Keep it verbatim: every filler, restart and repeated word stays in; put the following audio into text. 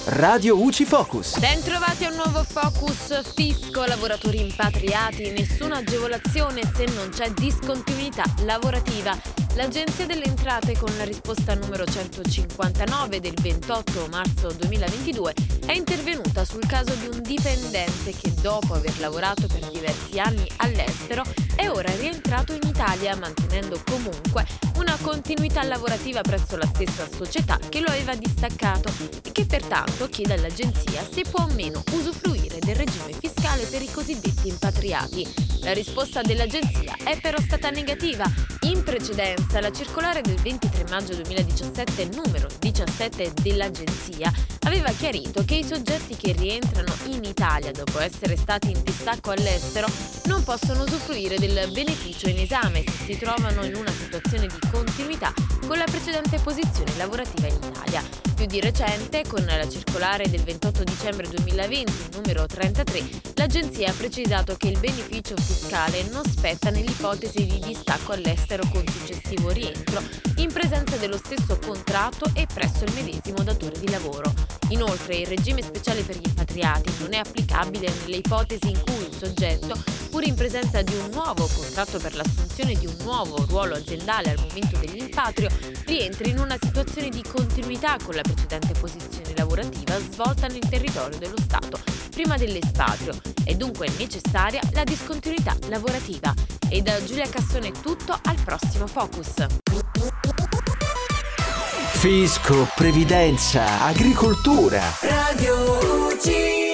Radio U C I Focus. Bentrovati a un nuovo Focus Fisco, lavoratori impatriati, nessuna agevolazione se non c'è discontinuità lavorativa. L'Agenzia delle Entrate, con la risposta numero centocinquantanove del ventotto marzo duemilaventidue, è intervenuta sul caso di un dipendente che, dopo aver lavorato per diversi anni all'estero, è ora rientrato in Italia, mantenendo comunque una continuità lavorativa presso la stessa società che lo aveva distaccato e che pertanto chiede all'agenzia se può o meno usufruire del regime fiscale per i cosiddetti impatriati. La risposta dell'agenzia è però stata negativa. In precedenza, la circolare del ventitré maggio duemiladiciassette numero diciassette dell'agenzia aveva chiarito che i soggetti che rientrano in Italia dopo essere stati in distacco all'estero non possono usufruire del beneficio in esame se si trovano in una situazione di continuità con la precedente posizione lavorativa in Italia. Più di recente, con la circolare del ventotto dicembre duemilaventi numero trentatré, l'agenzia ha precisato che il beneficio fiscale non spetta nell'ipotesi di distacco all'estero con successivo rientro, in presenza dello stesso contratto e presso il medesimo datore di lavoro. Inoltre, il regime speciale per gli impatriati non è applicabile nelle ipotesi in cui il soggetto, pur in presenza di un nuovo contratto per l'assunzione di un nuovo ruolo aziendale al momento dell'impatrio, rientri in una situazione di continuità con la precedente posizione lavorativa svolta nel territorio dello Stato prima dell'espatrio. È dunque necessaria la discontinuità lavorativa. E da Giulia Cassone è tutto, al prossimo Focus. Fisco, previdenza, agricoltura. Radio U C I